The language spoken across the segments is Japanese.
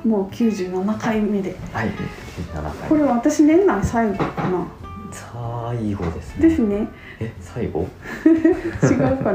もう97回目で、 はい、97回。 これ私年内最後かな。 最後ですね。 ですね。 最後違うかな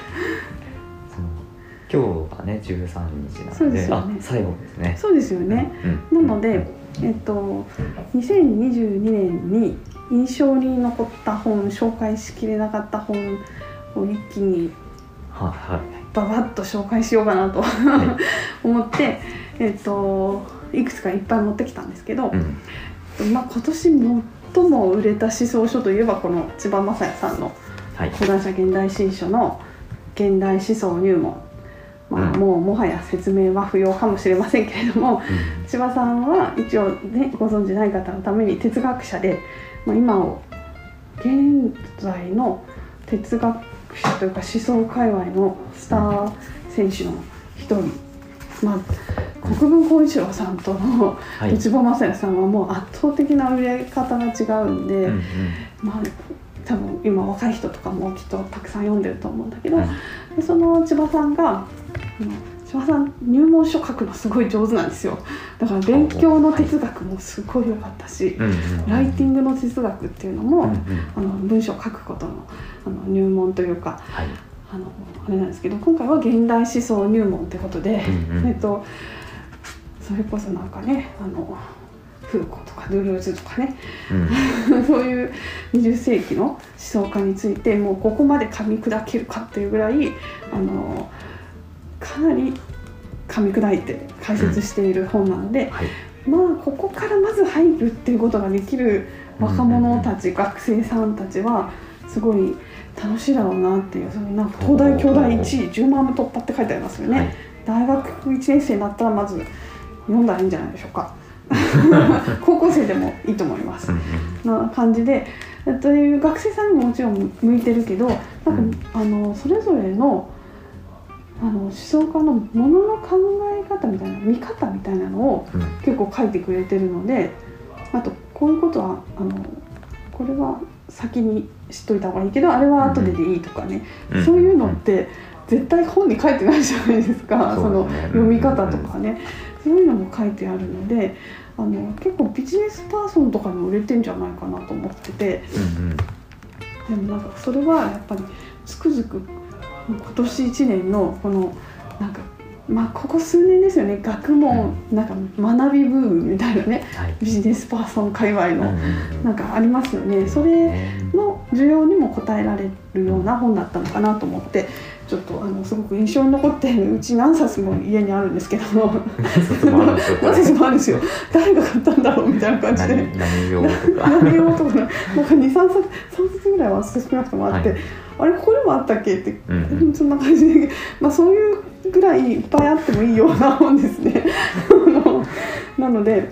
今日がね13日なので、 そうですよね、 最後ですね。 そうですよね、なので、2022年に印象に残った本、紹介しきれなかった本を一気にババッと紹介しようかなと思って、いくつかいっぱい持ってきたんですけど、今年最も売れた思想書といえばこの千葉雅也さんの講談社現代新書の現代思想入門、もはや説明は不要かもしれませんけれども、千葉さんは一応ね、ご存じない方のために哲学者で、今を現在の哲学者というか思想界隈のスター選手の一人、国分光一郎さんとの千葉雅也さんはもう圧倒的な売れ方が違うんで、多分今若い人とかもきっとたくさん読んでると思うんだけど、でその千葉さんが千葉さん入門書書くのすごい上手なんですよ。だから勉強の哲学もすごい良かったし、ライティングの哲学っていうのも、文章を書くことの、入門というか、あれなんですけど、今回は現代思想入門ってことで、それこそなんかね、フーコーとかドゥルーズとかね、そういう20世紀の思想家についてもうここまで噛み砕けるかっていうぐらいかなり噛み砕いて解説している本なので、ここからまず入るっていうことができる若者たち、学生さんたちはすごい楽しいだろうなっていう、なんか東大京大1位10万部突破って書いてありますよね、大学1年生になったらまず読んだらいいんじゃないでしょうか高校生でもいいと思いますな感じで、という学生さんにももちろん向いてるけど、なんかそれぞれの思想家のものの考え方みたいな、見方みたいなのを結構書いてくれてるので、あとこういうことはこれは先に知っといた方がいいけどあれは後ででいいとかね、そういうのって絶対本に書いてないじゃないですか、その読み方とかね、そういうのも書いてあるので、結構ビジネスパーソンとかにも売れてんじゃないかなと思ってて、でもなんかそれはやっぱりつくづく今年1年のこのなんかここ数年ですよね、学問なんか学びブームみたいなね、ビジネスパーソン界隈のなんかありますよね。それの需要にも応えられるような本だったのかなと思って、ちょっとすごく印象に残ってうち何冊も家にあるんですけど何冊もあるんですよ。誰が買ったんだろうみたいな感じで何用とか何用とかなんか2、3冊ぐらいは少なくともあって、あれここにもあったっけって、そんな感じで、そういうぐらいいっぱいあってもいいような本ですねなので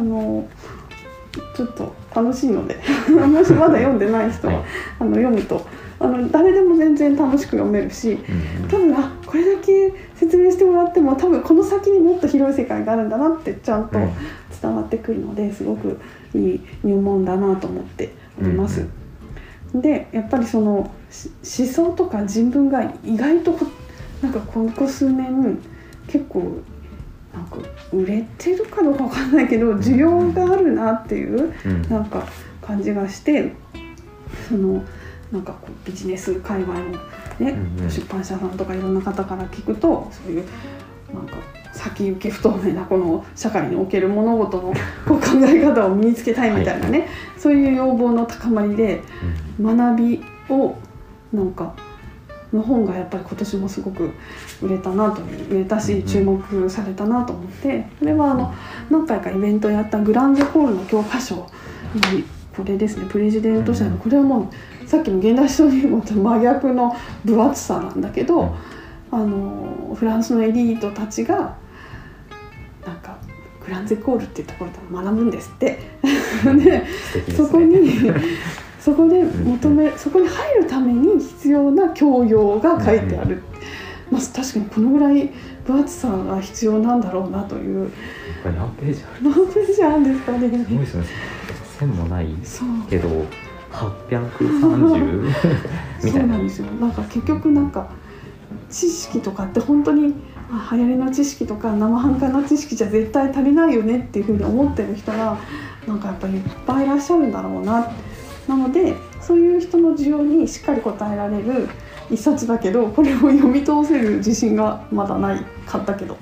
ちょっと楽しいのでもしまだ読んでない人は読むと誰でも全然楽しく読めるし、多分これだけ説明してもらっても多分この先にもっと広い世界があるんだなってちゃんと伝わってくるので、すごくいい入門だなと思っております。でやっぱりその思想とか人文が意外となんかここ数年結構なんか売れてるかどうかわかんないけど需要があるなっていうなんか感じがして、なんかこうビジネス界隈のね、出版社さんとかいろんな方から聞くと、そういうなんか先行き不透明なこの社会における物事のこう考え方を身につけたいみたいなね、そういう要望の高まりで学びをなんかの本がやっぱり今年もすごく売れたし注目されたなと思って、これは何回かイベントやったグランゼコールの教科書、これですね、プレジデント社の、これはもうさっきの現代思想にも真逆の分厚さなんだけど、フランスのエリートたちがなんかグランゼコールっていうところで学ぶんですってで、そこでそこに入るために必要な教養が書いてある、確かにこのぐらい分厚さが必要なんだろうなという。 これ何ページある？ 何ページあるんですかね。 すごいですね。線もないけど830みたいな。 そうなんですよ。なんか結局なんか知識とかって本当に流行りの知識とか生半可な知識じゃ絶対足りないよねっていうふうに思ってる人がなんかやっぱりいっぱいいらっしゃるんだろうな。なのでそういう人の需要にしっかり応えられる一冊だけど、これを読み通せる自信がまだないかったけど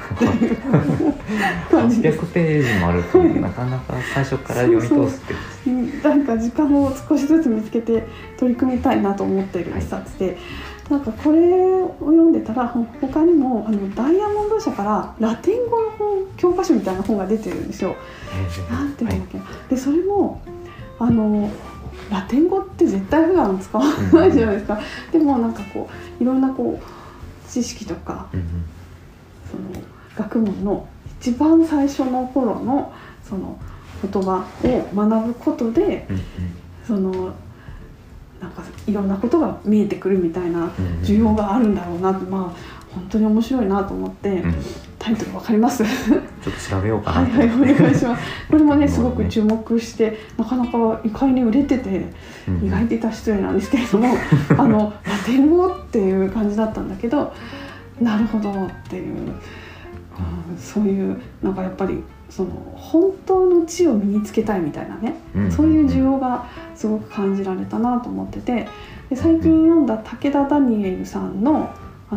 800ページもあるとなかなか最初から読み通すってなんか時間を少しずつ見つけて取り組みたいなと思っている一冊で、なんかこれを読んでたら他にもダイヤモンド社からラテン語の本教科書みたいな本が出てるんですよ。なんていうんだっけ、でそれもラテン語って絶対普段使わないじゃないですか。でもなんかこういろんなこう知識とか、その学問の一番最初の頃のその言葉を学ぶことで、そのなんかいろんなことが見えてくるみたいな需要があるんだろうなって、まあ本当に面白いなと思って、タイトルわかります？ちょっと調べようかな。 はいはい、お願いします。これもねすごく注目してなかなか意外に売れてて、意外って言ったら失礼なんですけれどもラテン語っていう感じだったんだけど、なるほどっていう、そういうなんかやっぱりその本当の知を身につけたいみたいなね、そういう需要がすごく感じられたなと思ってて、で最近読んだ武田ダニエルさんの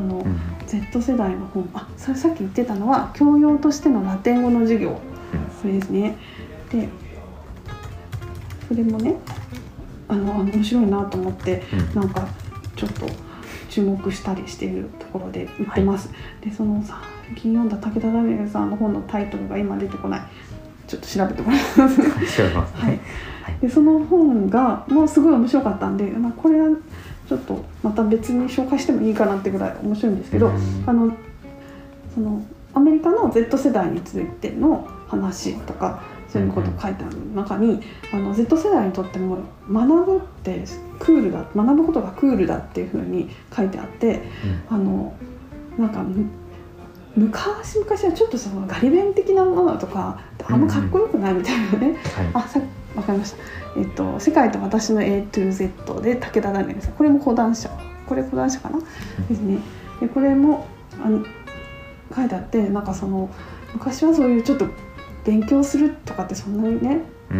Z 世代の本、それさっき言ってたのは教養としてのラテン語の授業、それですね。でそれもね面白いなと思って、なんかちょっと注目したりしているところで売ってます。でその最近読んだ武田ダニエルさんの本のタイトルが今出てこない。ちょっと調べてもらいます。はい。でその本がもうすごい面白かったんで、これはちょっとまた別に紹介してもいいかなってぐらい面白いんですけど、そのアメリカの Z 世代についての話とかそういうこと書いてある中に、Z 世代にとっても学ぶってクールだ、学ぶことがクールだっていうふうに書いてあって、なんか昔はちょっとそのガリ勉的なものとかあんまかっこよくないみたいなね、わかりました。世界と私の A to Z で武田ダニエルさん、これも講談社、これ講談社かな、ですね。でこれも書いてあって、なんかその昔はそういうちょっと勉強するとかってそんなにね、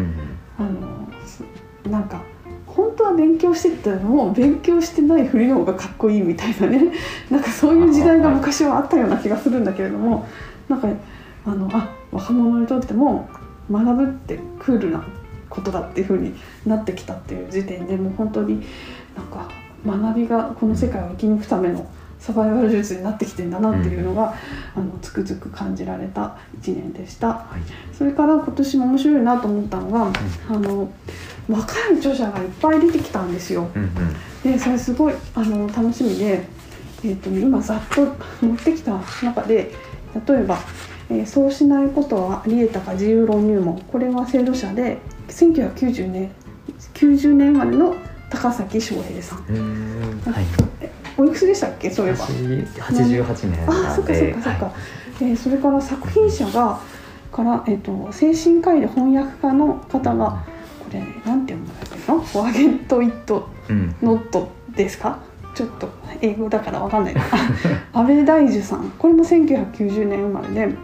なんか本当は勉強してたのも勉強してないふりの方がかっこいいみたいなね、なんかそういう時代が昔はあったような気がするんだけれども、なんか若者にとっても学ぶってクールなことだっていう風になってきたっていう時点で、もう本当になんか学びがこの世界を生き抜くためのサバイバル術になってきてんだなっていうのが、つくづく感じられた1年でした。それから今年も面白いなと思ったのが、若い著者がいっぱい出てきたんですよ。でそれすごい楽しみで、今ざっと持ってきた中で、例えば、そうしないことはありえたか自由論入門、これは制度者で1990年生まれの高崎翔平さん。おいくつでしたっけ？そういえば 88年なんで。 そっか。それから作品者から精神科医で翻訳家の方が、これなんて読むんだっけな、ワゲット・イット・ノットですか？ちょっと英語だからわかんないな。安倍大樹さん、これも1990年生まれで、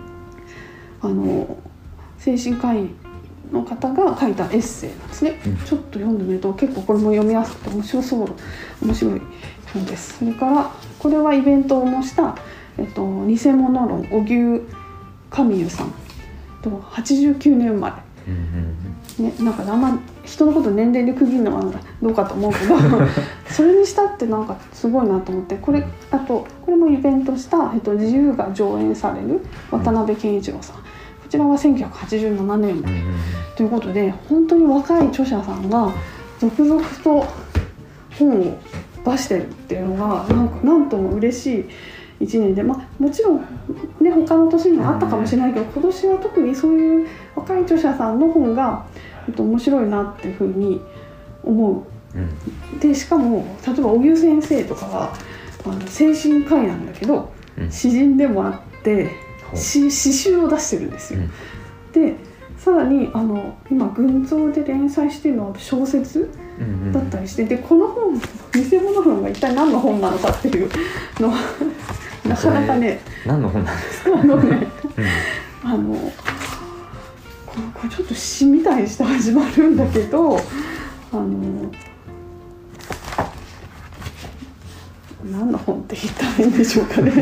精神科医の方が書いたエッセイなんですね。ちょっと読んでみると結構これも読みやすくて面白い本です。それからこれはイベントを模した、偽物論、荻生神優さんと89年生まれ、なんかあんま人のこと年齢で区切るのはどうかと思うけどそれにしたってなんかすごいなと思って、これもイベントした、自由が上演される渡辺健一郎さん、こちらは1987年生まれ、ということで、本当に若い著者さんが続々と本を出してるっていうのがなんとも嬉しい1年で、もちろんね他の年にもあったかもしれないけど、今年は特にそういう若い著者さんの本が、面白いなっていうふうに思う。でしかも例えば荻生先生とかは精神科医なんだけど、詩人でもあって詩集を出してるんですよ。でさらに今群像で連載しているのは小説だったりして、でこの本偽物本が一体何の本なのかっていうのをなかなかね。 何の本なんですか？ これちょっと詩みたいにして始まるんだけど、何の本って言ったらいいんでしょうかね。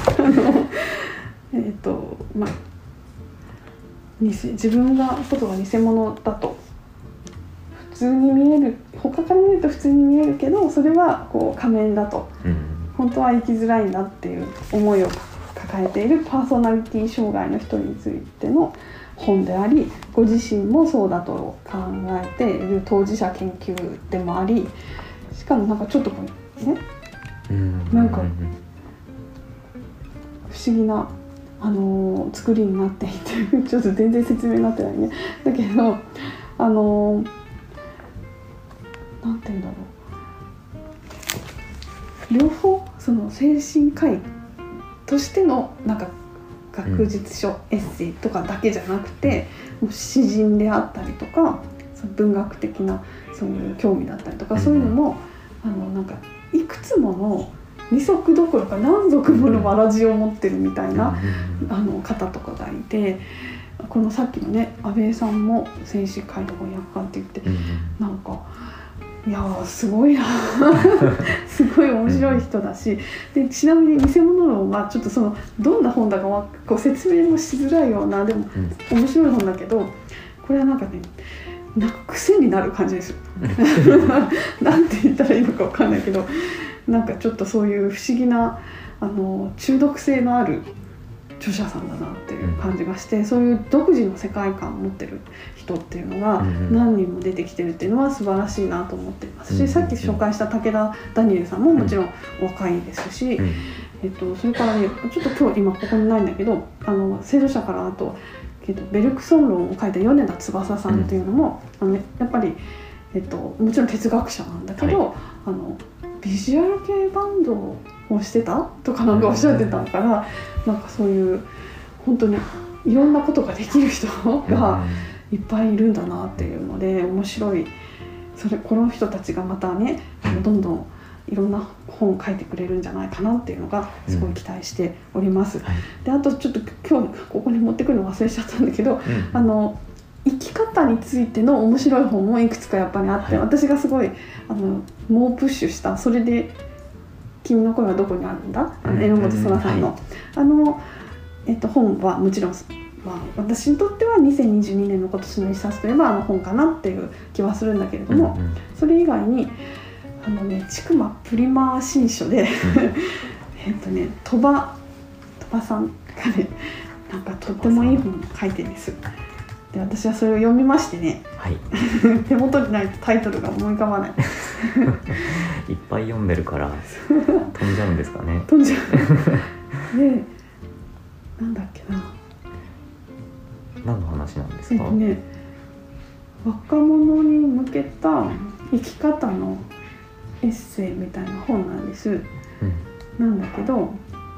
自分がことが偽物だと普通に見える、他から見ると普通に見えるけど、それはこう仮面だと、本当は生きづらいんだっていう思いを抱えているパーソナリティ障害の人についての本であり、ご自身もそうだと考えている当事者研究でもあり、しかもなんかちょっとこうね、なんか不思議な作りになっていてちょっと全然説明になってないね。だけどなんていうんだろう、両方その精神科医としてのなんか学術書、エッセイとかだけじゃなくて、もう詩人であったりとか、その文学的なそういう興味だったりとか、そういうのもなんかいくつもの二足どころか何足ものわらじを持ってるみたいな方とかがいて、このさっきのね安倍さんも精神科医の翻訳家って言って、なんかいやすごいなすごい面白い人だし、でちなみに偽物論はちょっとそのどんな本だかこう説明もしづらいような、でも面白い本だけど、これはなんかね、なんか癖になる感じですよなんて言ったらいいのか分かんないけど、なんかちょっとそういう不思議な中毒性のある著者さんだなっていう感じがして、そういう独自の世界観を持ってる人っていうのが何人も出てきてるっていうのは素晴らしいなと思っていますし、さっき紹介した武田ダニエルさんももちろんお若いですし、それからね、ちょっと今日今ここにないんだけど、制度者からあとベルクソン論を書いた米田翼さんっていうのも、やっぱり、もちろん哲学者なんだけど、ビジュアル系バンドをしてたとかなんかおっしゃってたから、なんかそういう本当にいろんなことができる人がいっぱいいるんだなっていうので面白い。この人たちがまたね、どんどんいろんな本を書いてくれるんじゃないかなっていうのがすごい期待しております。で、あとちょっと今日ここに持ってくるの忘れちゃったんだけど、生き方についての面白い本もいくつかやっぱりあって、私がすごい猛プッシュしたそれで君の声はどこにあるんだ、榎本空さんの、本はもちろん、私にとっては2022年の今年の一冊といえば本かなっていう気はするんだけれども、それ以外に千曲プリマー新書で鳥羽さんがね、なんかとってもいい本を書いてるんです。で、私はそれを読みましてね、手元にないとタイトルが思い浮かばないいっぱい読んでるから飛んじゃうんですかね。 飛んじゃうで、なんだっけな、 何の話なんですか？ 若者に向けた生き方のエッセイみたいな本なんです、なんだけど、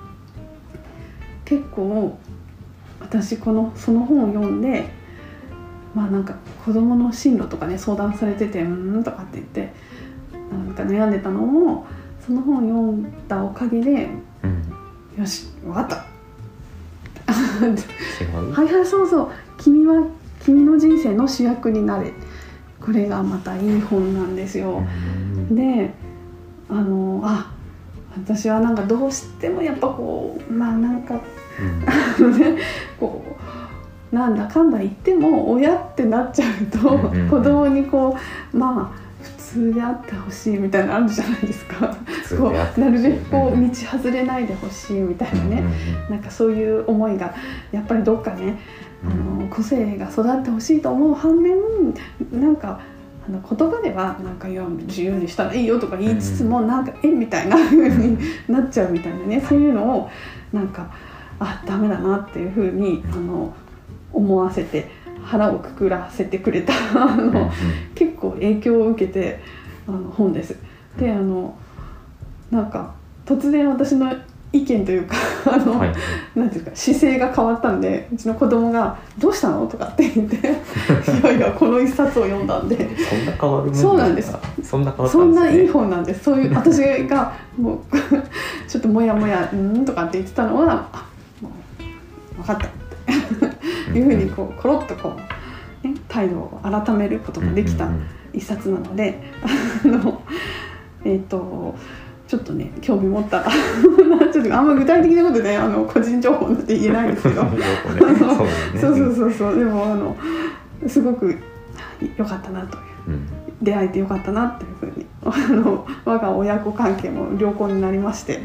結構私その本を読んで、なんか子供の進路とかね相談されててとかって言ってなんか悩んでたのも、その本を読んだおかげで、よし分かったはいそうそう、君の人生の主役になれ、これがまたいい本なんですよ。で、私はなんかどうしてもやっぱこうなんかこうなんだかんだ言っても親ってなっちゃうと、子供にこう普通であってほしいみたいなのあるじゃないですか。こうなるべくこう道外れないでほしいみたいなね、なんかそういう思いがやっぱりどっかね、個性が育ってほしいと思う反面、なんか言葉ではなんか自由にしたらいいよとか言いつつも、なんかみたいな風になっちゃうみたいなね、そういうのをなんかダメだなっていう風に思わせて腹をくくらせてくれた結構影響を受けて本です。でなんか突然私の意見というかはい、 なんていうか姿勢が変わったんで、うちの子供が「どうしたの?」とかって言って「いやいやこの一冊を読んだんで」 そんな変わるもんですか？ そうなんです。 そんな変わったんですね。 そんないい本なんです。そういう私がもうちょっともやもやとかって言ってたのは、あ、もう分かったっていうふうにこうコロッとこう、ね、態度を改めることができた一冊なので、ちょっとね興味持ったらちょっとあんま具体的なことで、個人情報なんて言えないんですけどそうでもすごく良かったなという、出会えて良かったなというふうに我が親子関係も良好になりまして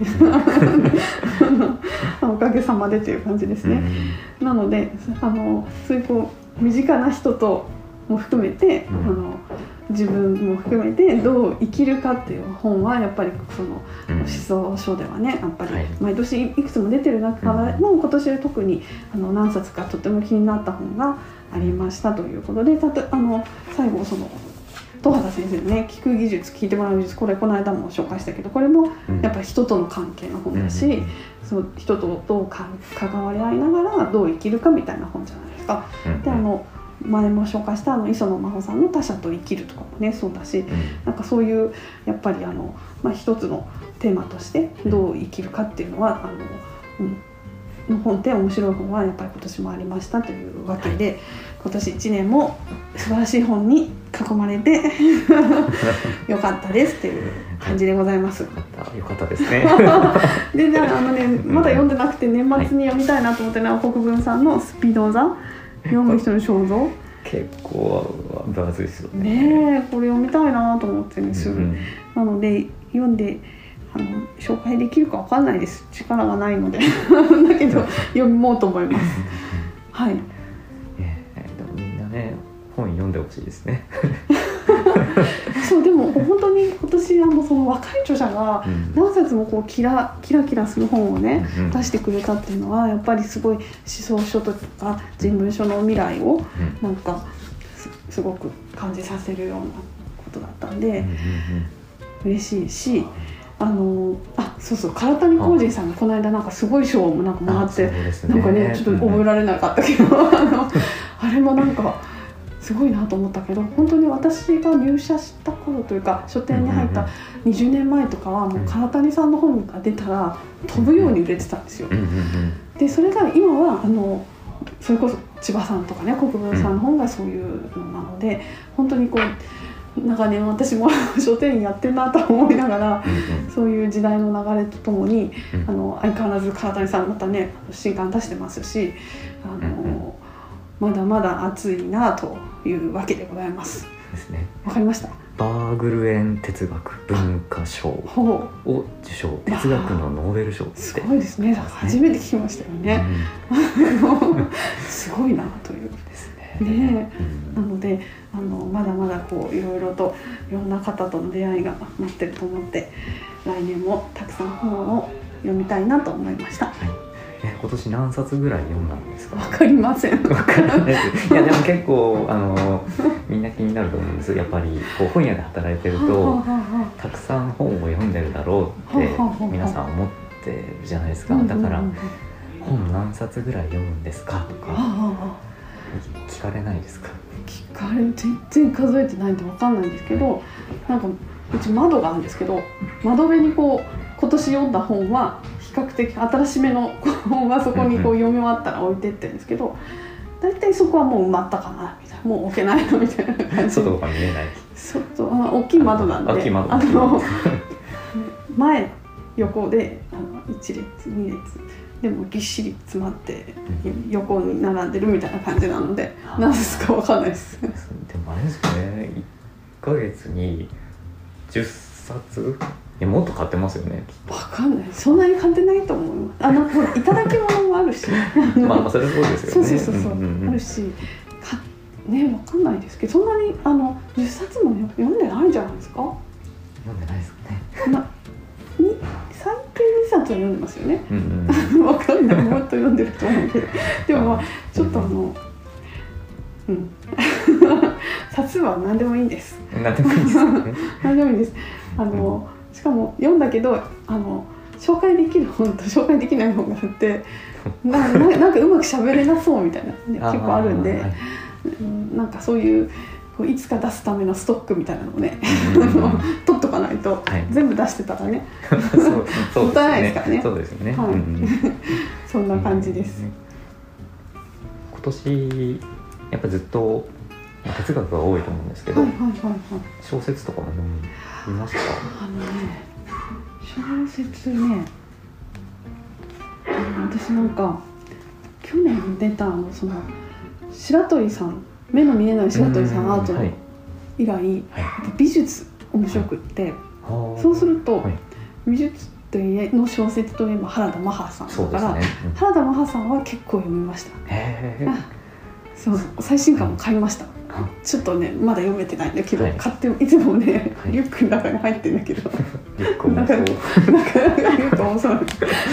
おかげさまでという感じですね。なのでそういうこう身近な人とも含めて、自分も含めてどう生きるかっていう本はやっぱりその思想書ではね、やっぱり毎年いくつも出てる中からも今年は特に何冊かとても気になった本がありましたということで、最後その戸畑先生のね聞く技術、聞いてもらう技術、この間も紹介したけど、これもやっぱり人との関係の本だし、その人とどう関わり合いながらどう生きるかみたいな本じゃないですか。で前も紹介した磯野真帆さんの他者と生きるとかもねそうだし、なんかそういうやっぱり一つのテーマとしてどう生きるかっていうのはの本で面白い本はやっぱり今年もありましたというわけで、今年1年も素晴らしい本に囲まれてよかったですっていう感じでございます。よかったですねでまだ読んでなくて年末に読みたいなと思ってるのは国分さんのスピード座、読む人の肖像、 結構分厚いですよね。これ読みたいなと思ってねすぐ、なので読んで紹介できるかわかんないです、力がないのでだけど読もうと思いますはい。 でもみんなね本読んでほしいですねそうでも本当に今年その若い著者が何冊もこうキラキラする本をね、出してくれたっていうのはやっぱりすごい思想書とか人文書の未来をなんかすごく感じさせるようなことだったんで、嬉しいし、そう唐谷浩二さんがこの間なんかすごい賞をなんかもらって、なんかねちょっと覚えられなかったけどあれもなんかすごいなと思ったけど、本当に私が入社した頃というか書店に入った20年前とかはもう唐谷さんの本が出たら飛ぶように売れてたんですよ。でそれが今はそれこそ千葉さんとかね国分さんの本がそういうのなので、本当にこう長年私も書店員やってるなと思いながら、そういう時代の流れとともに相変わらず唐谷さんまたね新刊出してますし、まだまだ熱いなというわけでございますですね。 わかりました。 バーグルエン哲学文化賞を受賞、哲学のノーベル賞ってすごいですね。初めて聞きましたよね、すごいなというですね。なのでまだまだこういろいろといろんな方との出会いが待ってると思って、来年もたくさん本を読みたいなと思いました。 今年何冊ぐらい読んだんですか？ わかりません。 わからないです。いやでも結構みんな気になると思うんです。やっぱりこう本屋で働いてるとたくさん本を読んでるだろうって皆さん思ってるじゃないですか。だから本何冊ぐらい読むんですかとか聞かれないですか？ 全然数えてないんでわかんないんですけど、なんかうち窓があるんですけど、窓辺にこう今年読んだ本は比較的新しめの本はそこにこう読み終わったら置いてってるんですけど、大体そこはもう埋まったかなみたいな、もう置けないのみたいな感じ。 外が見えない。 大きい窓なんで、前横で1列2列でもぎっしり詰まって横に並んでるみたいな感じなので、何ですかわかんないです。 でもあれですよね、1ヶ月に10冊もっと買ってますよね。 わかんない、そんなに買ってないと思います。いただき物もあるしまあそれそうですよね。 そうあるしね、わかんないですけど、そんなに10冊も読んでないじゃないですか。 読んでないですかね。 最低2冊は読んでますよね。わかんない、もっと読んでると思うけどでもちょっと冊は何でもいいんです。 何でもいいですね。 何でもいいです。しかも読んだけど紹介できる本と紹介できない本があってなんかうまく喋れなそうみたいな、ね、結構あるんで、はい、なんかそういういつか出すためのストックみたいなのをね取っとかないと、はい、全部出してたらねもったいないですからね。 そうですね、 はいそんな感じです。 今年やっぱずっと哲学が多いと思うんですけど、小説とかも読みましたか？ 小説ね、私なんか去年出たその白鳥さん、目の見えない白鳥さんアートの以来、美術面白くって、そうすると、美術の小説といえば原田マハさんだから、原田マハさんは結構読みました。そう最新刊も買いました。ちょっとねまだ読めてないんだけど、買っていつもねリュックの中に入ってるんだけど、 リュック重そう、 リュック重そう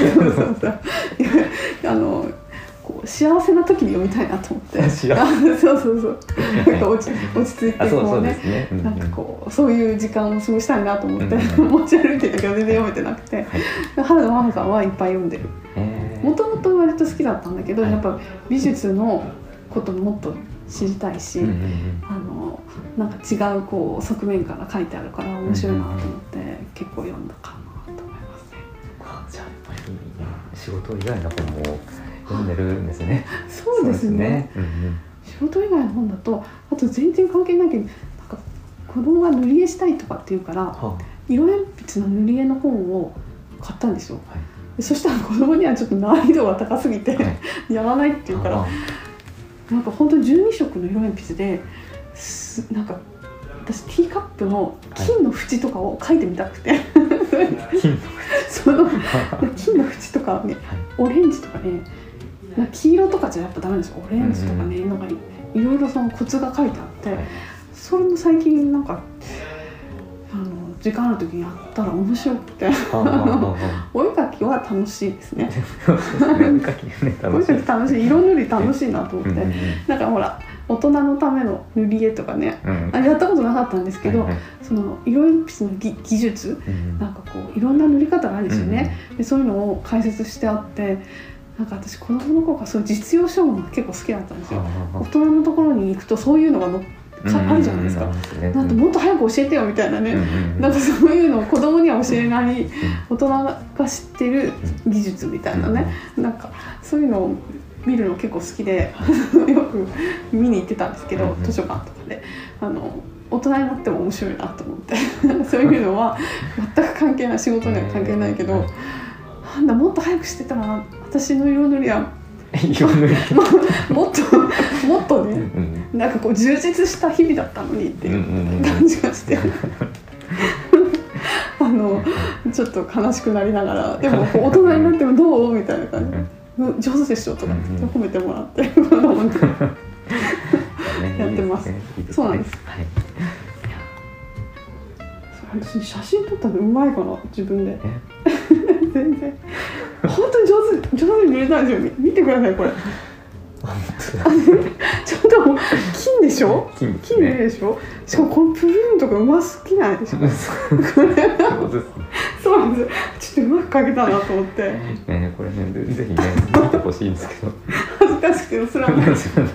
そうこう幸せな時に読みたいなと思ってそうなんか落ち着いてこうね、なんかこうそういう時間を過ごしたいなと思って持ち歩いてたけど全然読めてなくて、原田マハさんはいっぱい読んでる。もともと割と好きだったんだけど、やっぱ美術のこともっと知りたいし、なんか違うこう側面から書いてあるから面白いなと思って結構読んだかなと思いますね。 じゃあやっぱり仕事以外の本も読んでるんですね。 そうですね。仕事以外の本だとあと全然関係ないけど、なんか子供が塗り絵したいとかっていうから、色鉛筆の塗り絵の本を買ったんですよ。そしたら子供にはちょっと難易度が高すぎてやらないっていうから。なんか本当に12色の色鉛筆でなんか私ティーカップの金の縁とかを描いてみたくてその金の縁とかね、オレンジとかね、黄色とかじゃやっぱダメですよ。オレンジとかね、なんかいろいろそのコツが書いてあって、それも最近なんか時間ある時にやったら面白くてお絵描きは楽しいですね。 お絵描き楽しい、色塗り楽しいなと思って、なんかほら大人のための塗り絵とかね、やったことなかったんですけど、その色鉛筆の技術、なんかこういろんな塗り方があるんですよね。でそういうのを解説してあって、なんか私子供の頃からそういう実用書物が結構好きだったんですよ。大人のところに行くとそういうのがあるじゃないですか。なんともっと早く教えてよみたいなね、なんかそういうのを子供には教えない大人が知ってる技術みたいなね、なんかそういうのを見るの結構好きでよく見に行ってたんですけど、図書館とかで大人になっても面白いなと思ってそういうのは全く関係ない、仕事には関係ないけど、なんだもっと早くしてたら私の色塗りはもっとね、なんかこう充実した日々だったのにっていう感じがしてちょっと悲しくなりながら、でも大人になってもどうみたいな感じ、上手でしょとか褒めてもらってやってます。そうなんです。私写真撮ったのうまいかな自分で全然本当に上手に塗れたんですよ。見てくださいこれちょっと金でしょ、金でしょ、しかもこのプルーンとかうますぎないでしょそうなんですちょっとうまく描けたなと思ってこれねぜひね見てほしいんですけど恥ずかしくてそれはない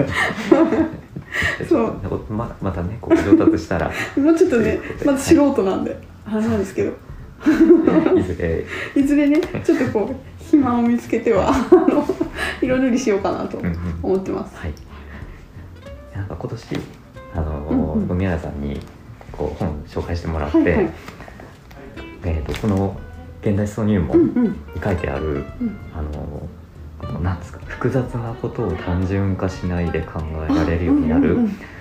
そうまたねこう上達したらもうちょっとねまず素人なんであれなんですけどいずれねちょっとこう暇を見つけては色塗りしようかなと思ってます。 なんか今年宮根さんにこう本紹介してもらって、この現代思想入門に書いてある、なんですか、複雑なことを単純化しないで考えられるようになる、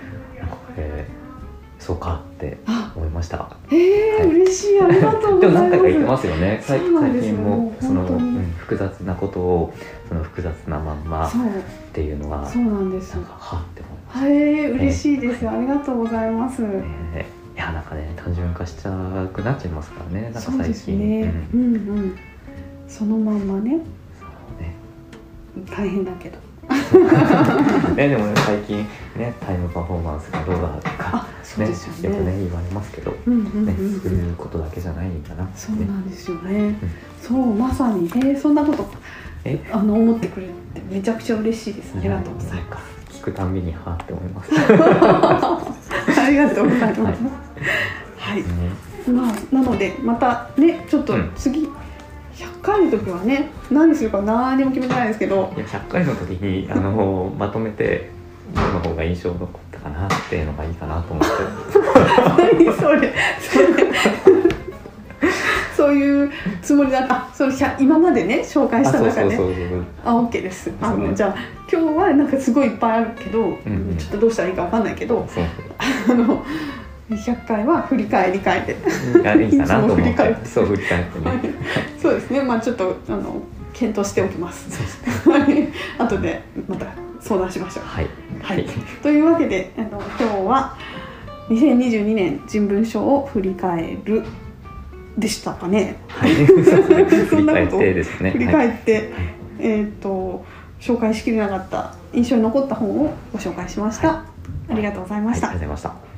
そうかって思いました。 嬉しい、ありがとうございます。でも何回か言ってますよね。最近もその複雑なことをその複雑なまんまっていうのはそうなんです。 なんかはって思います。 嬉しいです。ありがとうございます。 いやなんかね単純化しちゃくなっちゃいますからね。なんか最近。 そうですね。そのまんまね。大変だけど。 でもね最近ねタイムパフォーマンスがどうだとかそうですよね。 よくね言われますけど、ね、そういうことだけじゃないんだなって、ね、 そうなんですよね。そうまさにそんなこと思ってくれてめちゃくちゃ嬉しいです。ありがとうございます。 聞くたんびにはーって思います。 ありがとうございます。はい。まあなのでまたねちょっと次。100回の時はね何するか何も決めてないですけど、 いや100回の時にまとめてどの方が印象残ったかなっていうのがいいかなと思って何それそういうつもりだった。それ今までね紹介した中でOK です。じゃあ今日はなんかすごいいっぱいあるけど、ちょっとどうしたらいいか分かんないけど100回は振り返り会でいいかなと思ってそう振り返ってねそうですね。まあちょっと検討しておきます。後でまた相談しましょう。はい、はい、というわけで今日は2022年人文賞を振り返るでしたかね。 はい、そんなことを振り返って、紹介しきれなかった印象に残った本をご紹介しました。ありがとうございました。 ありがとうございました。